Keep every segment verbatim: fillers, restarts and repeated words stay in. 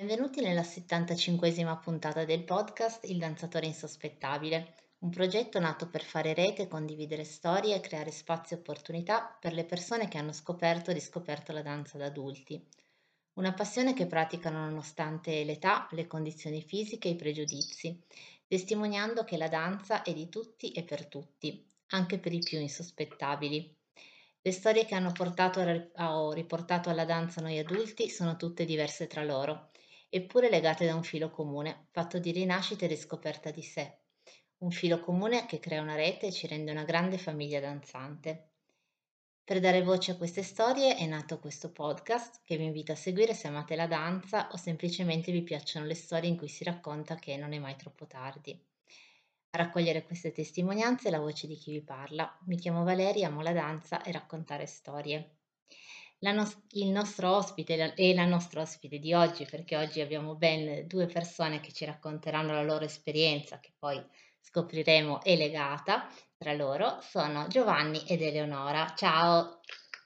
benvenuti nella settantacinquesima puntata del podcast Il danzatore insospettabile, un progetto nato per fare rete, condividere storie e creare spazi e opportunità per le persone che hanno scoperto e riscoperto la danza da adulti. Una passione che praticano nonostante l'età, le condizioni fisiche e i pregiudizi, testimoniando che la danza è di tutti e per tutti, anche per i più insospettabili. Le storie che hanno portato a- o riportato alla danza noi adulti sono tutte diverse tra loro, eppure legate da un filo comune, fatto di rinascita e riscoperta di sé. Un filo comune che crea una rete e ci rende una grande famiglia danzante. Per dare voce a queste storie è nato questo podcast che vi invito a seguire se amate la danza o semplicemente vi piacciono le storie in cui si racconta che non è mai troppo tardi. A raccogliere queste testimonianze è la voce di chi vi parla. Mi chiamo Valeria, amo la danza e raccontare storie. La nos- il nostro ospite la- e la nostra ospite di oggi, perché oggi abbiamo ben due persone che ci racconteranno la loro esperienza, che poi scopriremo è legata tra loro, sono Giovanni ed Eleonora. Ciao!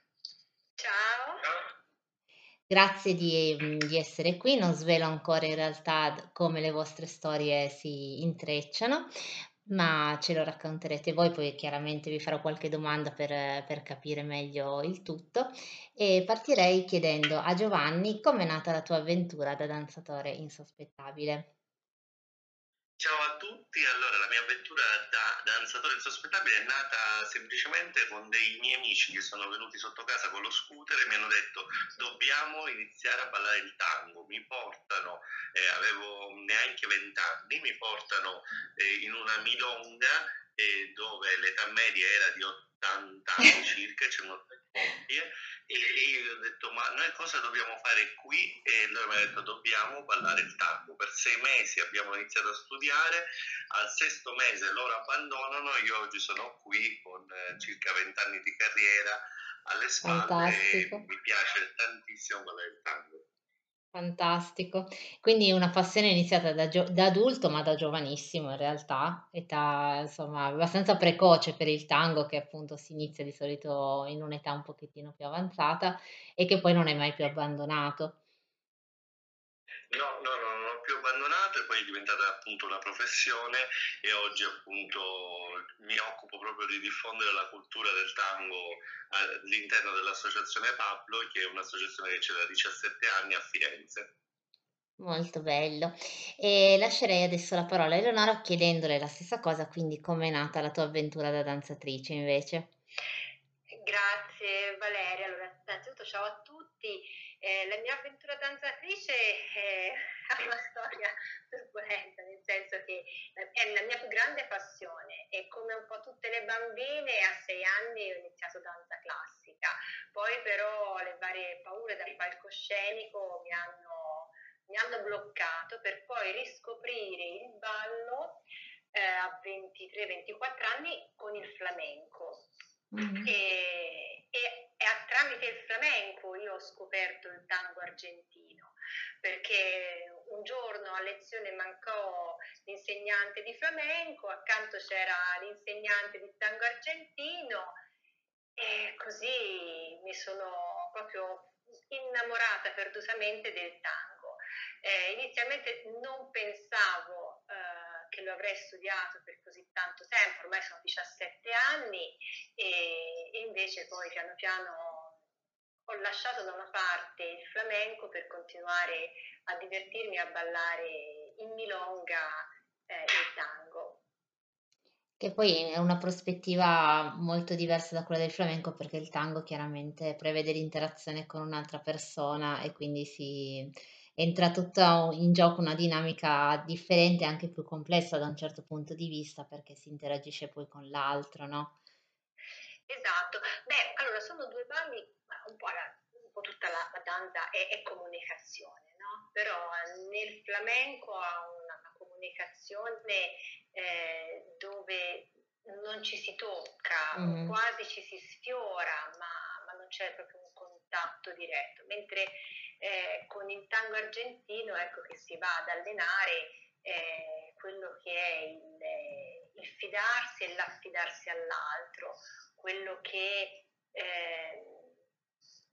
Ciao. Grazie di, di essere qui, non svelo ancora in realtà d- come le vostre storie si intrecciano, ma ce lo racconterete voi, poi chiaramente vi farò qualche domanda per, per capire meglio il tutto e partirei chiedendo a Giovanni com'è nata la tua avventura da danzatore insospettabile. Ciao a tutti, allora la mia avventura da danzatore insospettabile è nata semplicemente con dei miei amici che sono venuti sotto casa con lo scooter e mi hanno detto dobbiamo iniziare a ballare il tango, mi portano, eh, avevo neanche vent'anni, mi portano eh, in una milonga eh, dove l'età media era di ottanta anni circa, c'erano tre coppie e, e io gli ho detto ma noi cosa dobbiamo fare qui? E loro mi hanno detto dobbiamo ballare il tango. Per sei mesi abbiamo iniziato a studiare, al sesto mese loro abbandonano, io oggi sono qui con eh, circa venti anni di carriera alle spalle e Fantastico. mi piace tantissimo ballare il tango. Fantastico. Quindi una passione iniziata da, gio- da adulto, ma da giovanissimo in realtà, età insomma abbastanza precoce per il tango, che appunto si inizia di solito in un'età un pochettino più avanzata e che poi non è mai più abbandonato. No, no, no, non ho più abbandonato e poi è diventata appunto una professione e oggi appunto mi occupo proprio di diffondere la cultura del tango all'interno dell'associazione Pablo, che è un'associazione che c'è da diciassette anni a Firenze. Molto bello. E lascerei adesso la parola a Eleonora chiedendole la stessa cosa, quindi com'è nata la tua avventura da danzatrice invece. Grazie Valeria, allora innanzitutto ciao a tutti. Eh, la mia avventura danzatrice eh, ha una storia turbolenta, nel senso che è la mia più grande passione e come un po' tutte le bambine a sei anni ho iniziato danza classica, poi però le varie paure dal palcoscenico mi hanno, mi hanno bloccato per poi riscoprire il ballo eh, a ventitré ventiquattro anni con il flamenco. Mhm. E, e, e a, tramite il flamenco io ho scoperto il tango argentino, perché un giorno a lezione mancò l'insegnante di flamenco, accanto c'era l'insegnante di tango argentino e così mi sono proprio innamorata perdutamente del tango. Eh, inizialmente non pensavo eh, che lo avrei studiato per così tanto tempo, ormai sono diciassette anni e, e invece poi piano piano ho lasciato da una parte il flamenco per continuare a divertirmi a ballare in milonga eh, il tango. Che poi è una prospettiva molto diversa da quella del flamenco perché il tango chiaramente prevede l'interazione con un'altra persona e quindi si entra tutta in gioco una dinamica differente e anche più complessa da un certo punto di vista perché si interagisce poi con l'altro, no? Esatto, beh, allora sono due balli, ma un po', la- un po' tutta la, la danza è, è comunicazione, no? Però eh, nel flamenco ha una, una comunicazione eh, dove non ci si tocca, o Mhm. quasi ci si sfiora, ma, ma non c'è proprio un contatto diretto, mentre eh, con il tango argentino ecco che si va ad allenare eh, quello che è il, il fidarsi e l'affidarsi all'altro, quello che eh,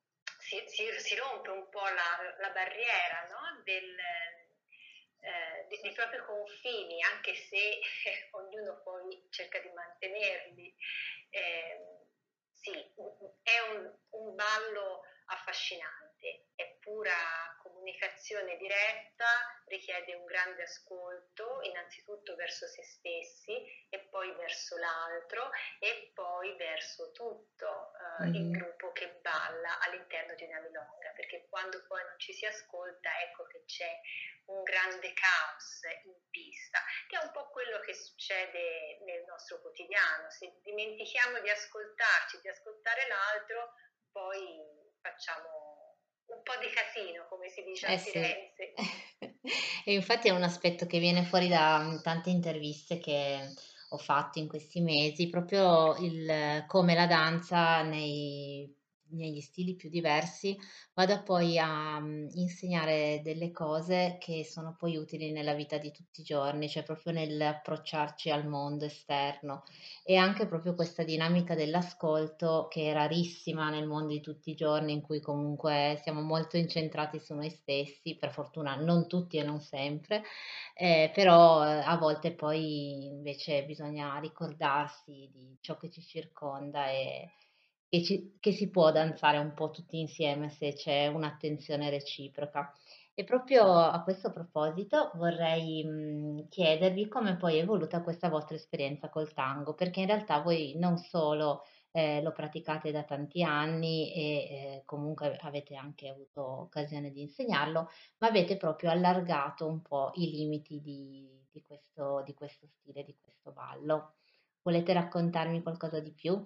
si, si, si rompe un po' la, la barriera, no? Del, eh, dei, dei propri confini, anche se eh, ognuno poi cerca di mantenerli. Eh, sì, è un, un ballo affascinante, è pura comunicazione diretta, richiede un grande ascolto, innanzitutto verso se stessi e poi verso l'altro e poi verso tutto eh, il Mhm. gruppo che balla all'interno di una milonga, perché quando poi non ci si ascolta, ecco che c'è un grande caos in pista, che è un po' quello che succede nel nostro quotidiano. Se dimentichiamo di ascoltarci, di ascoltare l'altro, poi facciamo un po' di casino, come si dice a Eh sì, Firenze. e infatti è un aspetto che viene fuori da mm, tante interviste che ho fatto in questi mesi, proprio il come la danza nei- negli stili più diversi vada poi a mm, insegnare delle cose che sono poi utili nella vita di tutti i giorni, cioè proprio nell'approcciarci al mondo esterno. E anche proprio questa dinamica dell'ascolto che è rarissima nel mondo di tutti i giorni, in cui comunque siamo molto incentrati su noi stessi, per fortuna non tutti e non sempre, eh, però eh, a volte poi invece bisogna ricordarsi di ciò che ci circonda e che, ci- che si può danzare un po' tutti insieme se c'è un'attenzione reciproca. E proprio a questo proposito vorrei, mhmm, chiedervi come poi è evoluta questa vostra esperienza col tango, perché in realtà voi non solo, ehm, lo praticate da tanti anni e, ehm, comunque avete anche avuto occasione di insegnarlo, ma avete proprio allargato un po' i limiti di di questo di questo stile, di questo ballo. Volete raccontarmi qualcosa di più?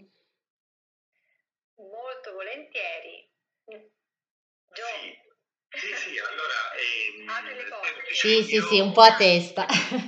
Molto volentieri. Gio, Sì, sì, sì, allora, ehm, apri le semplice, Sì, porte. sì, io sì, un po' a testa.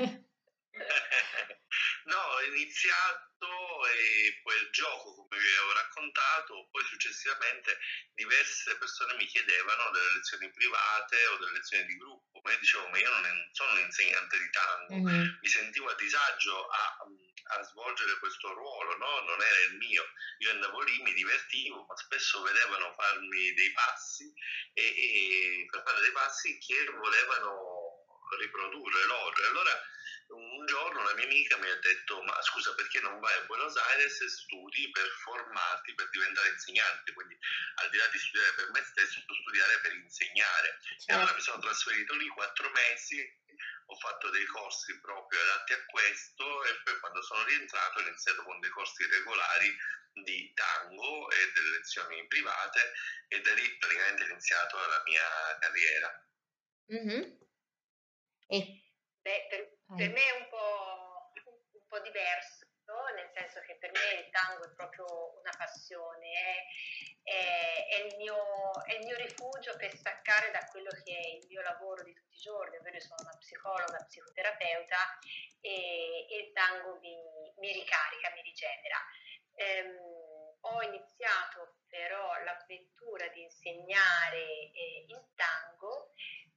no, ho iniziato e poi il gioco, come vi avevo raccontato, poi successivamente diverse persone mi chiedevano delle lezioni private o delle lezioni di gruppo, ma io dicevo, ma io non, è- sono un insegnante di tango, Mh-mh. mi sentivo a disagio a, a svolgere questo ruolo, no? Non era il mio, io andavo lì, mi divertivo, ma spesso vedevano farmi dei passi e, e per fare dei passi che volevano riprodurre loro. E allora un giorno una mia amica mi ha detto, ma scusa, perché non vai a Buenos Aires e studi per formarti, per diventare insegnante? Quindi al di là di studiare per me stesso, studiare per insegnare. E allora mi Certo. sono trasferito lì quattro mesi, ho fatto dei corsi proprio adatti a questo e poi quando sono rientrato ho iniziato con dei corsi regolari di tango e delle lezioni private e da lì praticamente è iniziata la mia carriera. Mh-mh. E Beh, per, per vai. me è un po', un po' diverso, nel senso che per me il tango è proprio una passione, è, è- è il mio, è il mio rifugio per staccare da quello che è il mio lavoro di tutti i giorni, ovvero io sono una psicologa, psicoterapeuta e, e il tango mi, mi ricarica, mi rigenera. Ehm, ho iniziato però l'avventura di insegnare eh, il tango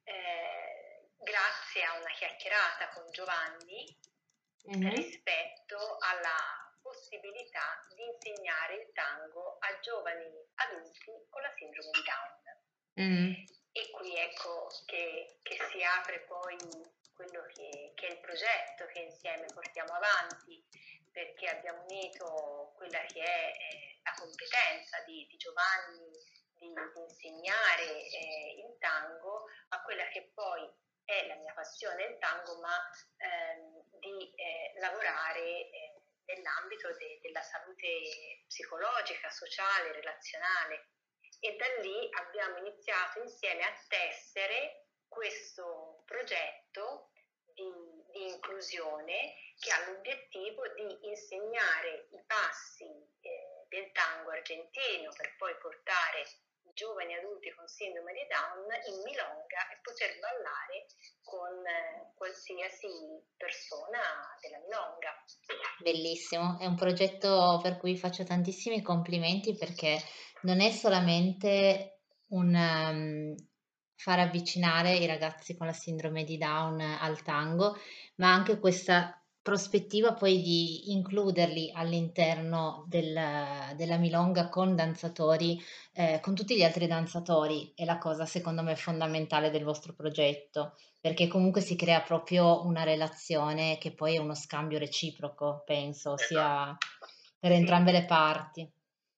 eh, grazie a una chiacchierata con Giovanni Mh-mh. rispetto alla possibilità di insegnare il tango a giovani adulti con la sindrome di Down. Mh. E qui ecco che, che si apre poi quello che, che è il progetto che insieme portiamo avanti, perché abbiamo unito quella che è eh, la competenza di, di Giovanni di, di insegnare eh, il tango a quella che poi è la mia passione il tango, ma ehm, di eh, lavorare eh, nell'ambito de- della salute psicologica, sociale, relazionale. E da lì abbiamo iniziato insieme a tessere questo progetto di, di inclusione che ha l'obiettivo di insegnare i passi eh, del tango argentino per poi portare i giovani adulti con sindrome di Down in milonga e poter ballare con eh, qualsiasi persona della milonga. Bellissimo, è un progetto per cui faccio tantissimi complimenti perché non è solamente un ehm, far avvicinare i ragazzi con la sindrome di Down al tango, ma anche questa prospettiva poi di includerli all'interno del della milonga con danzatori ehm, con tutti gli altri danzatori è la cosa secondo me fondamentale del vostro progetto, perché comunque si crea proprio una relazione che poi è uno scambio reciproco, penso, Esatto. sia per Sì. entrambe le parti.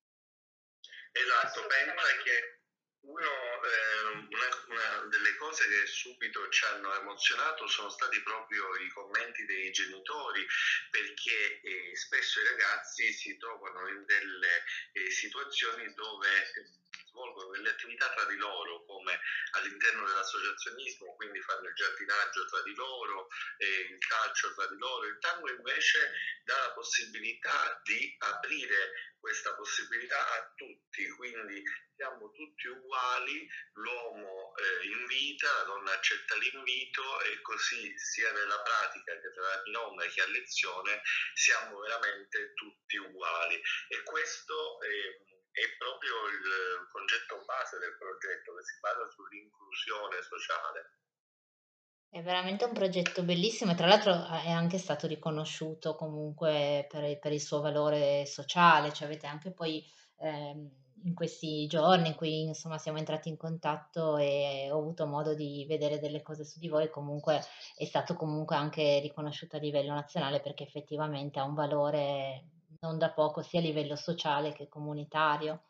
Esatto, pensa che uno, eh, una, una delle cose che subito ci hanno emozionato sono stati proprio i commenti dei genitori, perché eh, spesso i ragazzi si trovano in delle eh, situazioni dove svolgono delle attività tra di loro, come all'interno dell'associazionismo, quindi fanno il giardinaggio tra di loro, eh, il calcio tra di loro. Il tango invece dà la possibilità di aprire questa possibilità a tutti, quindi siamo tutti uguali, l'uomo eh, invita, la donna accetta l'invito e così sia nella pratica che tra milonga che a lezione siamo veramente tutti uguali, e questo eh, è proprio il concetto base del progetto, che si basa sull'inclusione sociale. È veramente un progetto bellissimo e tra l'altro a è anche stato riconosciuto comunque per per il suo valore sociale, cioè avete anche poi, ehm, in questi giorni in cui insomma siamo entrati in contatto e ho avuto modo di vedere delle cose su di voi, comunque è stato comunque anche riconosciuto a livello nazionale perché effettivamente ha un valore non da poco sia a livello sociale che comunitario.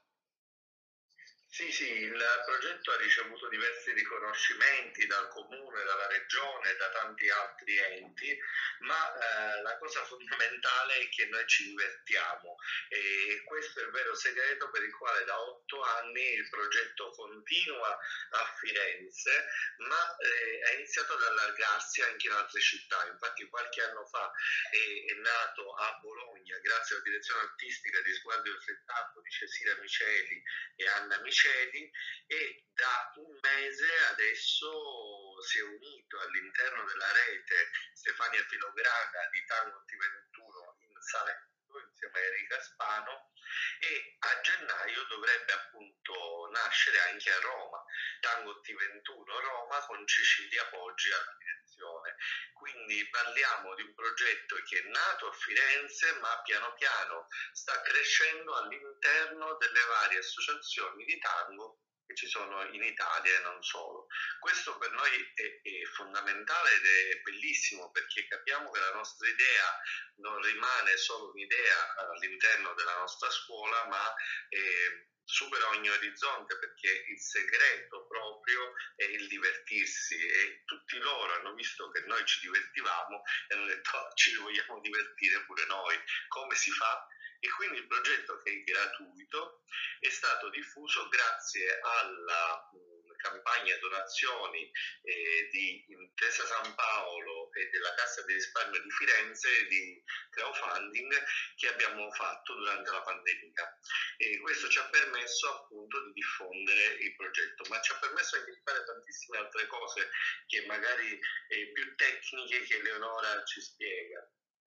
Sì, sì, il progetto ha ricevuto diversi riconoscimenti dal comune, dalla regione, da tanti altri enti, ma eh, la cosa fondamentale è che noi ci divertiamo, e questo è il vero segreto per il quale da otto anni il progetto continua a Firenze, ma eh, ha iniziato ad allargarsi anche in altre città. Infatti qualche anno fa è, è nato a Bologna, grazie alla direzione artistica di Sguardi Oltrettanto di Cecilia Miceli e Anna Miceli, e da un mese adesso si è unito all'interno della rete Stefania Filograna di Tango T ventuno in Salento insieme a Enrica Spano, e a gennaio dovrebbe appunto nascere anche a Roma Tango T ventuno Roma con Cecilia Poggi alla direzione. Quindi parliamo di un progetto che è nato a Firenze ma piano piano sta crescendo all'interno delle varie associazioni di tango che ci sono in Italia e non solo. Questo per noi è, è fondamentale ed è bellissimo, perché capiamo che la nostra idea non rimane solo un'idea all'interno della nostra scuola, ma eh, supera ogni orizzonte, perché il segreto proprio è il divertirsi, e tutti loro hanno visto che noi ci divertivamo e hanno detto oh, ci vogliamo divertire pure noi. Come si fa? E quindi il progetto, che è gratuito, è stato diffuso grazie alla mh, campagna donazioni eh, di Intesa San Paolo e della Cassa di risparmio di Firenze, di crowdfunding, che abbiamo fatto durante la pandemia. E questo ci ha permesso appunto di diffondere il progetto, ma ci ha permesso anche di fare tantissime altre cose che magari eh, più tecniche, che Eleonora ci spiega.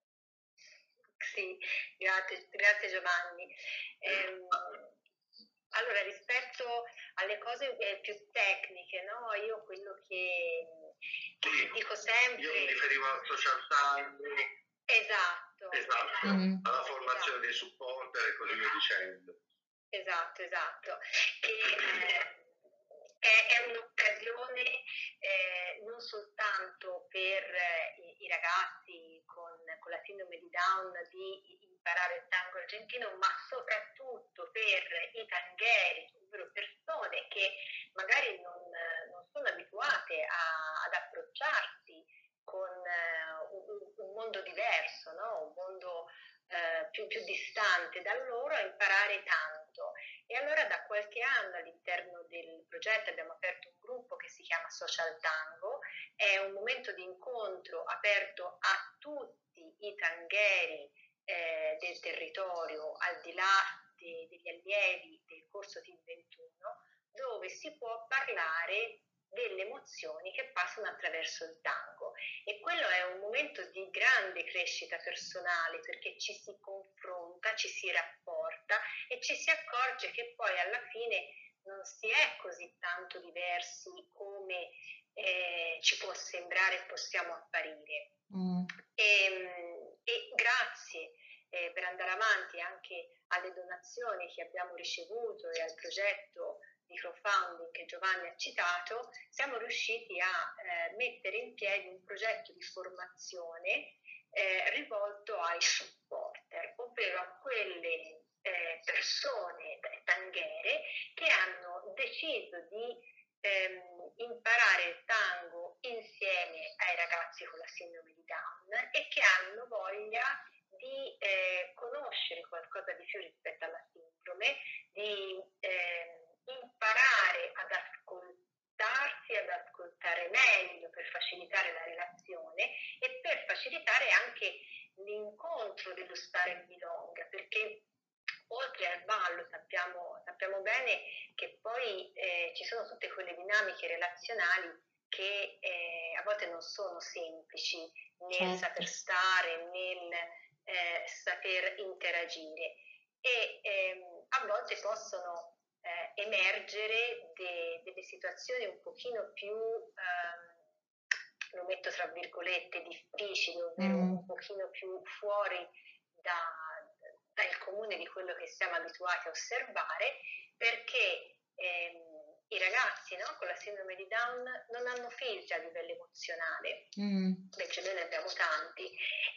Sì, grazie, grazie Giovanni. Ehm, allora, rispetto alle cose eh, più tecniche, no? Io quello che, che dico sempre... Io mi riferivo al social tango. Esatto. Esatto, Mm. alla formazione dei supporter e così via dicendo. Esatto, esatto. E, eh, è, è un'occasione eh, non soltanto per eh, i, i ragazzi con, con la sindrome di Down di imparare il tango argentino, ma soprattutto per i tangheri, ovvero persone che magari non, non sono abituate a, ad approcciarsi con eh, un, un mondo diverso, no? Un mondo eh, più, più distante da loro, a imparare tanto. E allora da qualche anno all'interno del progetto abbiamo aperto un gruppo che si chiama Social Tango, è un momento di incontro aperto a tutti i tangheri eh, del territorio, al di là de, degli allievi del corso T ventuno, dove si può parlare delle emozioni che passano attraverso il tango, e quello è un momento di grande crescita personale, perché ci si confronta, ci si rapporta e ci si accorge che poi alla fine non si è così tanto diversi come eh, ci può sembrare e possiamo apparire. Mm. E, grazie eh, per andare avanti anche alle donazioni che abbiamo ricevuto e al progetto di crowdfunding che Giovanni ha citato, siamo riusciti a eh, mettere in piedi un progetto di formazione eh, rivolto ai supporter, ovvero a quelle eh, persone tanghere che hanno deciso di ehm, imparare il tango insieme ai ragazzi con la sindrome di Down e che hanno voglia di eh, conoscere qualcosa di più rispetto alla sindrome, di eh, imparare ad ascoltarsi, ad ascoltare meglio per facilitare la relazione e per facilitare anche l'incontro dello stare in milonga, perché oltre al ballo sappiamo, sappiamo bene che poi eh, ci sono tutte quelle dinamiche relazionali che eh, a volte non sono semplici nel Certo. saper stare, nel eh, saper interagire e ehm, a volte possono eh, emergere de- delle situazioni un pochino più, ehm, lo metto tra virgolette, difficili, ovvero Mm. un pochino più fuori da, dal comune di quello che siamo abituati a osservare, perché ehm, i ragazzi, no, con la sindrome di Down non hanno filtri a livello emozionale, Mm. invece noi ne abbiamo tanti,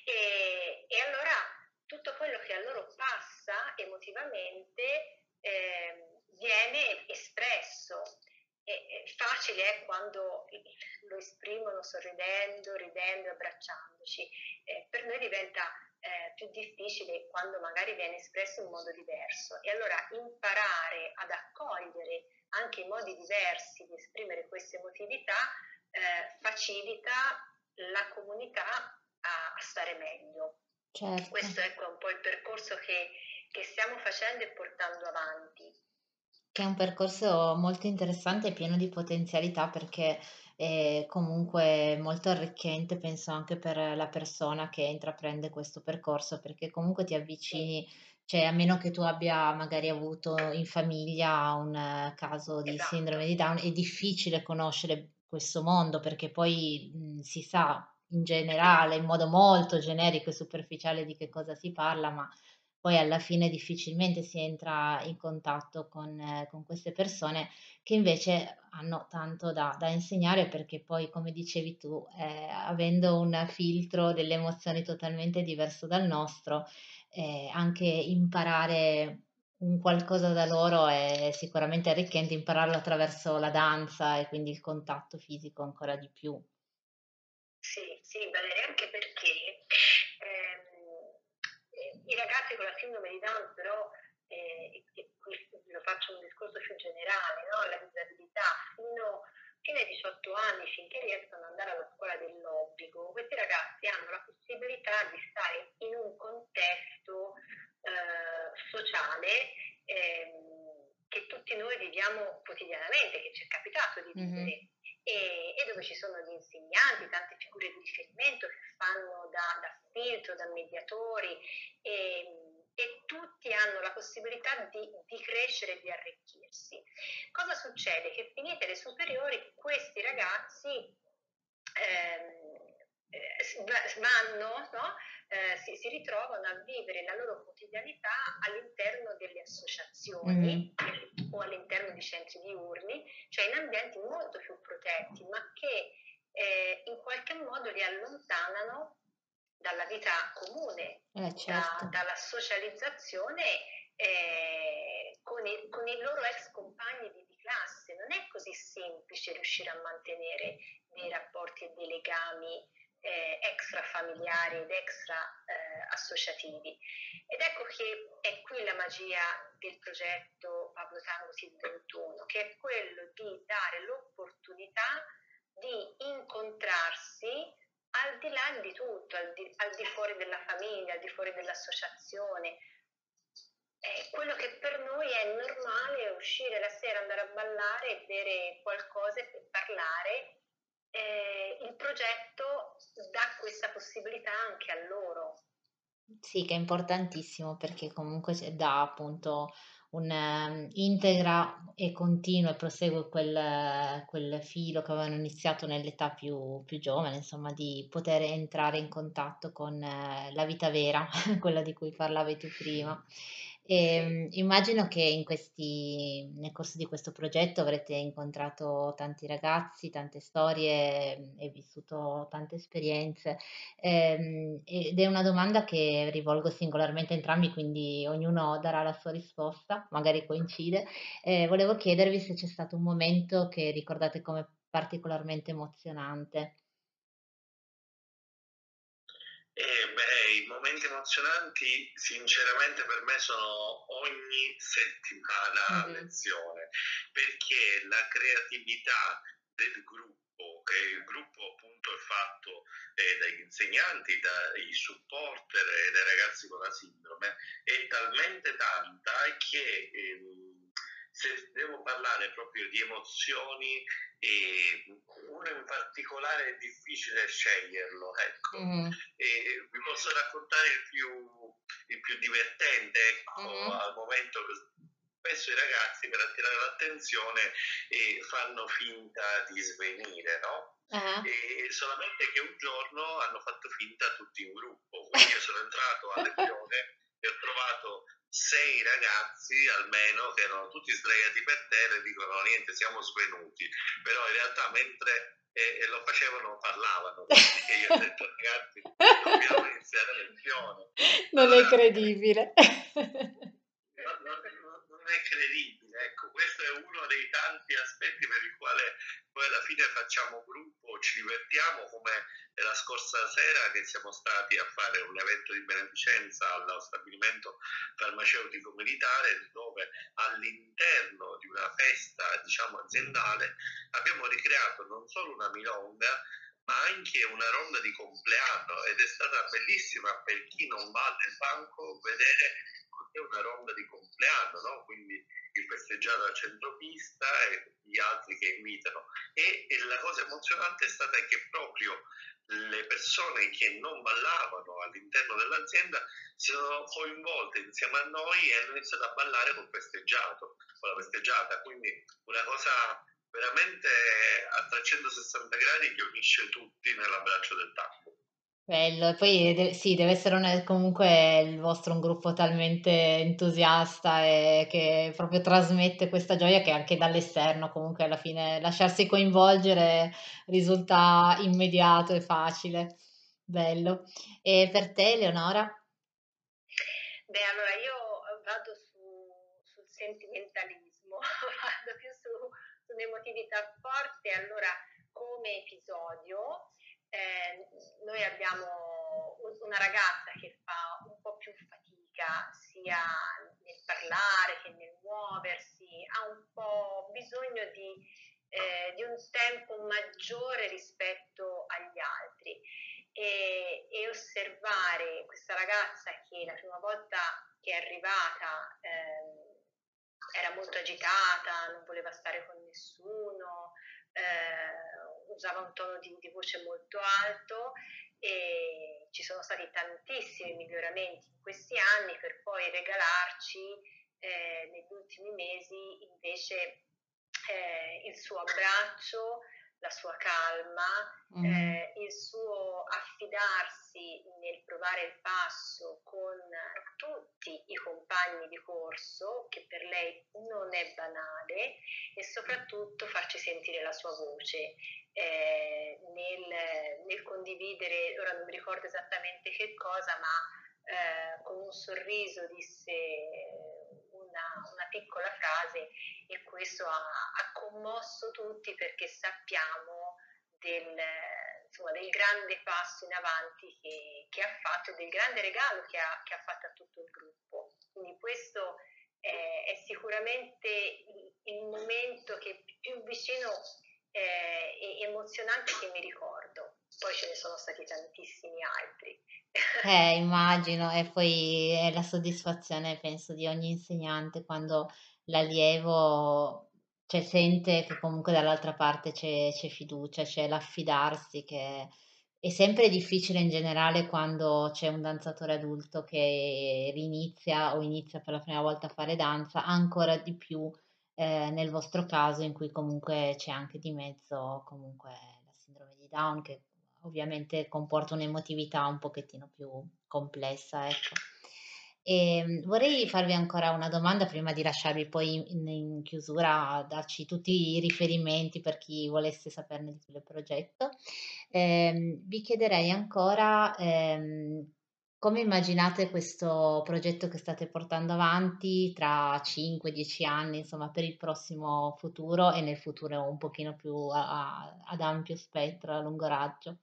e, e allora tutto quello che a loro passa emotivamente eh, viene espresso. E, e facile è quando lo esprimono sorridendo, ridendo, abbracciandoci. Eh, per noi diventa eh, più difficile quando magari viene espresso in modo diverso. E allora imparare ad accogliere anche i modi diversi di esprimere queste emotività eh, facilita la comunità a, a stare meglio. Certo. Questo ecco, è un po' il percorso che, che stiamo facendo e portando avanti. Che è un percorso molto interessante e pieno di potenzialità perché è comunque molto arricchente, penso anche per la persona che intraprende questo percorso, perché comunque ti avvicini, cioè a meno che tu abbia magari avuto in famiglia un eh, caso di Esatto. sindrome di Down, è difficile conoscere questo mondo perché poi mh, si sa in generale, in modo molto generico e superficiale di che cosa si parla, ma poi alla fine difficilmente si entra in contatto con, eh, con queste persone che invece hanno tanto da, da insegnare perché poi, come dicevi tu, eh, avendo un filtro delle emozioni totalmente diverso dal nostro, eh, anche imparare un qualcosa da loro è sicuramente arricchente, impararlo attraverso la danza e quindi il contatto fisico ancora di più. Sì, sì, Valeria, anche perché ehm, eh, i ragazzi con la sindrome di Down però, eh, e- e qui lo faccio un discorso più generale, no? La disabilità fino, fino ai diciotto anni, finché riescono ad andare alla scuola dell'obbligo, questi ragazzi hanno la possibilità di stare in un contesto eh, sociale ehm, che tutti noi viviamo quotidianamente, che ci è capitato di Mhm. vivere e, e dove ci sono gli insegnanti, tante figure di riferimento che fanno da, da filtro, da mediatori e, e tutti hanno la possibilità di, di crescere e di arricchirsi. Cosa succede? Che finite le superiori questi ragazzi ehm, eh, vanno, no? Eh, si, si ritrovano a vivere la loro quotidianità all'interno delle associazioni Mhm. o all'interno di centri diurni, cioè in ambienti molto più protetti, ma che eh, in qualche modo li allontanano dalla vita comune, Eh, da, certo. dalla socializzazione eh, con, i, con i loro ex compagni di, di classe. Non è così semplice riuscire a mantenere dei rapporti e dei legami eh, extrafamiliari ed extra eh, associativi. Ed ecco che è qui la magia del progetto Pablo Tango ventuno, che è quello di dare l'opportunità di incontrarsi al di là di tutto, al di, al di fuori della famiglia, al di fuori dell'associazione. Eh, quello che per noi è normale è uscire la sera, andare a ballare, bere qualcosa e parlare. Eh, il progetto dà questa possibilità anche a loro. Sì, che è importantissimo perché comunque c- dà appunto un ehm, integra e continua e prosegue quel quel filo che avevano iniziato nell'età più più giovane, insomma, di poter entrare in contatto con eh, la vita vera, quella di cui parlavi tu prima. Sì. Ehm, immagino che in questi nel corso di questo progetto avrete incontrato tanti ragazzi, tante storie, mhmm, e vissuto tante esperienze. Ehm, ed è una domanda che rivolgo singolarmente a entrambi, quindi ognuno darà la sua risposta, magari coincide. Ehm, volevo chiedervi se c'è stato un momento che ricordate come particolarmente emozionante. Eh, beh, i momenti emozionanti sinceramente per me sono ogni settimana Mh-mh. lezione, perché la creatività del gruppo, che il gruppo appunto è fatto eh, dagli insegnanti, dai supporter e dai ragazzi con la sindrome, è talmente tanta che ehm, se devo parlare proprio di emozioni, e uno in particolare è difficile sceglierlo, ecco. Mh-mh. E vi posso raccontare il più, il più divertente, ecco, Mh-mh. al momento che spesso i ragazzi per attirare l'attenzione eh, fanno finta di svenire, no? Ah-ah. E solamente che un giorno hanno fatto finta tutti in gruppo, quindi io sono entrato a lezione e ho trovato sei ragazzi almeno che erano tutti sdraiati per terra e dicono niente, siamo svenuti, però in realtà mentre eh, lo facevano parlavano, quindi io ho detto ragazzi dobbiamo iniziare la lezione. Non è Allora, credibile. No, no, no, non è credibile, ecco, questo è uno dei tanti aspetti per il quale poi alla fine facciamo gruppo, ci divertiamo, come la scorsa sera che siamo stati a fare un evento di beneficenza allo stabilimento farmaceutico militare, dove all'interno di una festa, diciamo, aziendale abbiamo ricreato non solo una milonga, ma anche una ronda di compleanno, ed è stata bellissima per chi non va nel banco vedere è una ronda di compleanno, no? Quindi il festeggiato al centropista e gli altri che invitano. E, e la cosa emozionante è stata che proprio le persone che non ballavano all'interno dell'azienda si sono coinvolte insieme a noi e hanno iniziato a ballare col festeggiato, con la festeggiata. Quindi una cosa veramente a trecentosessanta gradi che unisce tutti nell'abbraccio del tacco. Bello, e poi de sì, deve essere un comunque il vostro un gruppo talmente entusiasta e che proprio trasmette questa gioia che anche dall'esterno comunque alla fine lasciarsi coinvolgere risulta immediato e facile. Bello. E per te Eleonora? Beh, allora io eh, vado su, sul sentimentalismo, vado più su, su un'emotività forte. Allora, come episodio, eh, noi abbiamo un- una ragazza che fa un po' più fatica sia nel parlare che nel muoversi, ha un po' bisogno di, eh, di un tempo maggiore rispetto agli altri e, e osservare questa ragazza che la prima volta che è arrivata ehm, era molto agitata, non voleva stare con nessuno, eh, usava un tono di, di voce molto alto e ci sono stati tantissimi miglioramenti in questi anni per poi regalarci eh, negli ultimi mesi invece eh, il suo abbraccio, la sua calma, Mh-mh. eh, il suo affidarsi nel provare il passo con tutti i compagni di corso, che per lei non è banale, e soprattutto farci sentire la sua voce. Eh, nel, nel condividere, ora non mi ricordo esattamente che cosa, ma eh, con un sorriso disse una, una piccola frase e questo ha, ha commosso tutti perché sappiamo del, insomma, del grande passo in avanti che, che ha fatto e del grande regalo che ha, che ha fatto a tutto il gruppo. Quindi questo è, è sicuramente il, il momento che più vicino eh, e emozionante che mi ricordo. Poi ce ne sono stati tantissimi altri. Eh, immagino, e poi è la soddisfazione penso di ogni insegnante quando l'allievo, cioè sente che comunque dall'altra parte c'è c'è fiducia, c'è l'affidarsi che È sempre difficile in generale quando c'è un danzatore adulto che rinizia o inizia per la prima volta a fare danza, ancora di più, ehm, nel vostro caso in cui comunque c'è anche di mezzo comunque la sindrome di Down che ovviamente comporta un'emotività un pochettino più complessa, ecco. Ehm, vorrei farvi ancora una domanda prima di lasciarvi poi in in chiusura a darci tutti i riferimenti per chi volesse saperne di più del progetto. Ehm, vi chiederei ancora, ehm, come immaginate questo progetto che state portando avanti tra cinque, dieci anni, insomma per il prossimo futuro e nel futuro un pochino più a a ad ampio spettro, a lungo raggio?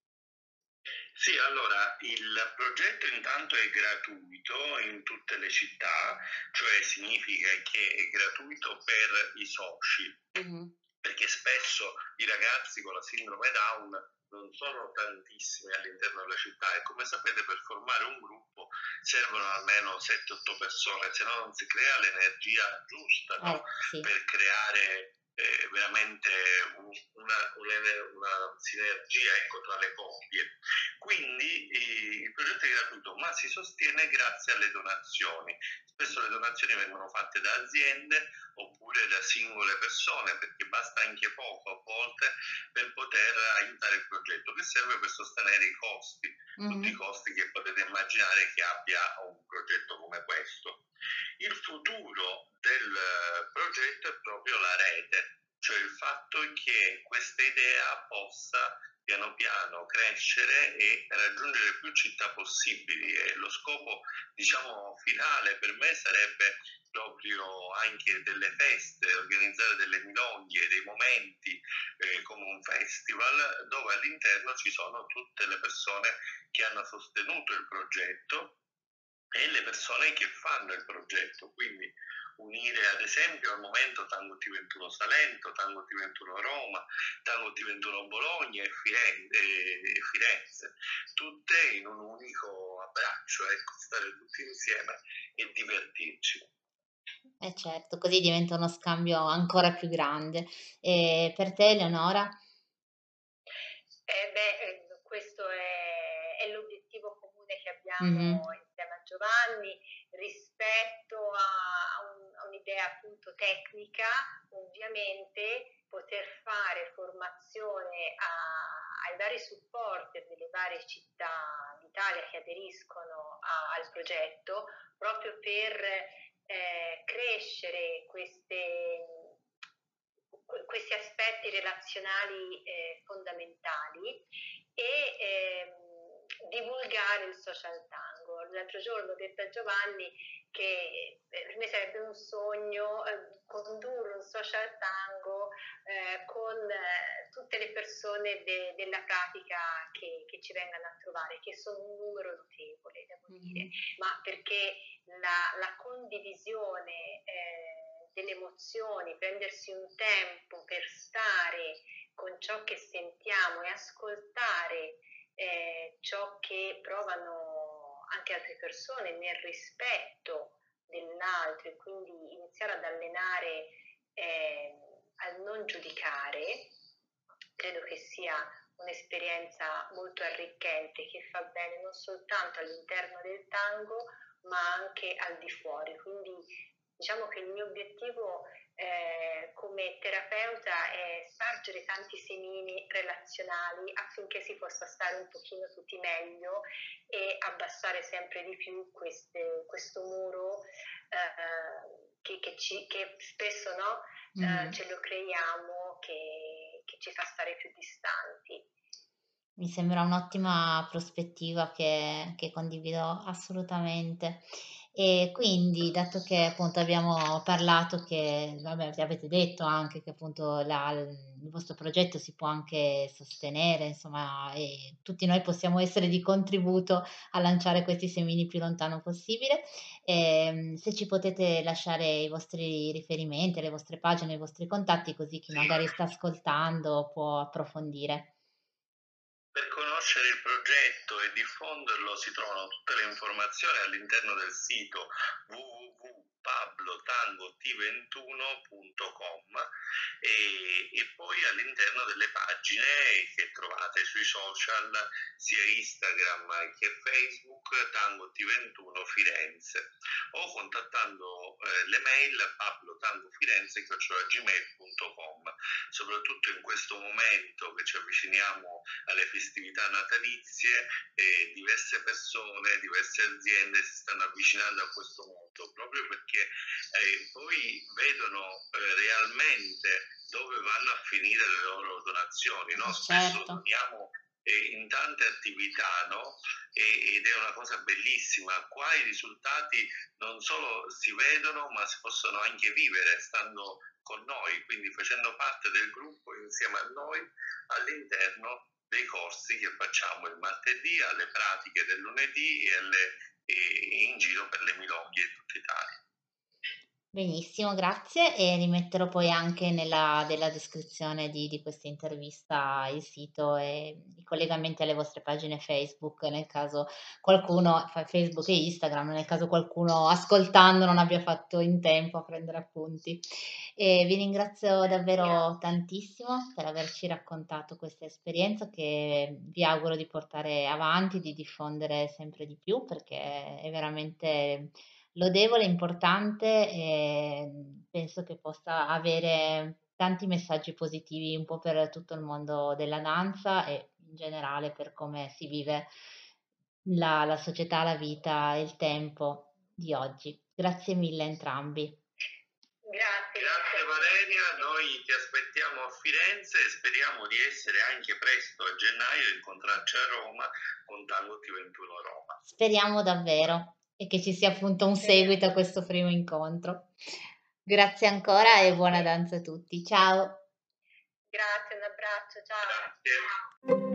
Sì, allora il progetto intanto è gratuito in tutte le città, cioè significa che è gratuito per i soci, Mh-mh. perché spesso i ragazzi con la sindrome Down non sono tantissimi all'interno della città e come sapete per formare un gruppo servono almeno sette otto persone, se no non si crea l'energia giusta, no? Eh, sì. Per creare eh, veramente un- una, una- una sinergia, ecco, tra le coppie. Quindi eh, il progetto è gratuito, ma si sostiene grazie alle donazioni. Spesso le donazioni vengono fatte da aziende oppure da singole persone, perché basta anche poco a volte per poter aiutare il progetto, che serve per sostenere i costi, tutti i Mh-mh. costi che potete immaginare che abbia un progetto come questo. Il futuro del progetto è proprio la rete, cioè il fatto che questa idea possa piano piano crescere e raggiungere più città possibili e lo scopo, diciamo, finale per me sarebbe proprio anche delle feste, organizzare delle milonghe, dei momenti eh, come un festival dove all'interno ci sono tutte le persone che hanno sostenuto il progetto e le persone che fanno il progetto, quindi unire ad esempio al momento Tango T ventuno Salento, Tango T ventuno Roma, Tango T ventuno Bologna e Firenze, e Firenze, tutte in un unico abbraccio, ecco, stare tutti insieme e divertirci. Eh certo, così diventa uno scambio ancora più grande. E per te Eleonora? Eh beh, ehm, questo è è l'obiettivo comune che Mh-mh. abbiamo insieme a Giovanni rispetto a a un a un'idea appunto tecnica, ovviamente poter fare formazione a ai vari supporter delle varie città d'Italia che aderiscono a al progetto, proprio per, ehm, crescere queste que- questi aspetti relazionali eh, fondamentali e ehm, divulgare il social tango. L'altro giorno ho detto a Giovanni che eh, per me sarebbe un sogno eh, condurre un social tango eh, con eh, tutte le persone de- della pratica che, che ci vengano a trovare, che sono un numero notevole, devo dire, Mh-mh. ma perché la, la condivisione eh, delle emozioni, prendersi un tempo per stare con ciò che sentiamo e ascoltare eh, ciò che provano anche altre persone nel rispetto dell'altro e quindi iniziare ad allenare eh, al non giudicare, credo che sia un'esperienza molto arricchente che fa bene non soltanto all'interno del tango ma anche al di fuori. Quindi diciamo che il mio obiettivo eh, come terapeuta è spargere tanti semini relazionali affinché si possa stare un pochino tutti meglio e abbassare sempre di più queste, questo muro eh, che, che, ci, che spesso no, eh, Mh-mh. ce lo creiamo che, che ci fa stare più distanti. Mi sembra un'ottima prospettiva che che condivido assolutamente. E quindi, dato che appunto abbiamo parlato che vabbè, ci avete detto anche che appunto la l il vostro progetto si può anche sostenere, insomma, e tutti noi possiamo essere di contributo a lanciare questi semini il più lontano possibile, ehm, se ci potete lasciare i vostri riferimenti, le vostre pagine, i vostri contatti, così chi Sì. magari sta ascoltando può approfondire. Per conoscere conoscere il progetto e diffonderlo si trovano tutte le informazioni all'interno del sito w w w punto pablo tango t ventuno punto com e, e poi all'interno delle pagine che trovate sui social, sia Instagram che Facebook, Tango T ventuno Firenze, o contattando eh, le mail pablotangofirenze chiocciola gmail punto com. Soprattutto in questo momento che ci avviciniamo alle festività natalizie, eh, diverse persone, diverse aziende si stanno avvicinando a questo mondo proprio perché eh, poi vedono eh, realmente dove vanno a finire le loro donazioni, no? Spesso Certo. doniamo eh, in tante attività, no? E, ed è una cosa bellissima. Qua i risultati non solo si vedono, ma si possono anche vivere stando con noi, quindi facendo parte del gruppo insieme a noi all'interno dei corsi che facciamo il martedì, alle pratiche del lunedì e, alle, e in giro per le milonghe di tutta Italia. Benissimo, grazie e rimetterò poi anche nella della descrizione di di questa intervista il sito e i collegamenti alle vostre pagine Facebook, nel caso qualcuno fa Facebook e Instagram, nel caso qualcuno ascoltando non abbia fatto in tempo a prendere appunti. E vi ringrazio davvero tantissimo per averci raccontato questa esperienza che vi auguro di portare avanti, di diffondere sempre di più perché è veramente lodevole, importante e penso che possa avere tanti messaggi positivi un po' per tutto il mondo della danza e in generale per come si vive la la società, la vita e il tempo di oggi. Grazie mille a entrambi. Grazie. Grazie Valeria, noi ti aspettiamo a Firenze e speriamo di essere anche presto a gennaio a incontrarci a Roma con Tango T ventuno Roma. Speriamo davvero e che ci sia appunto un seguito a questo primo incontro. Grazie ancora e buona danza a tutti. Ciao. Grazie, un abbraccio, ciao. Grazie.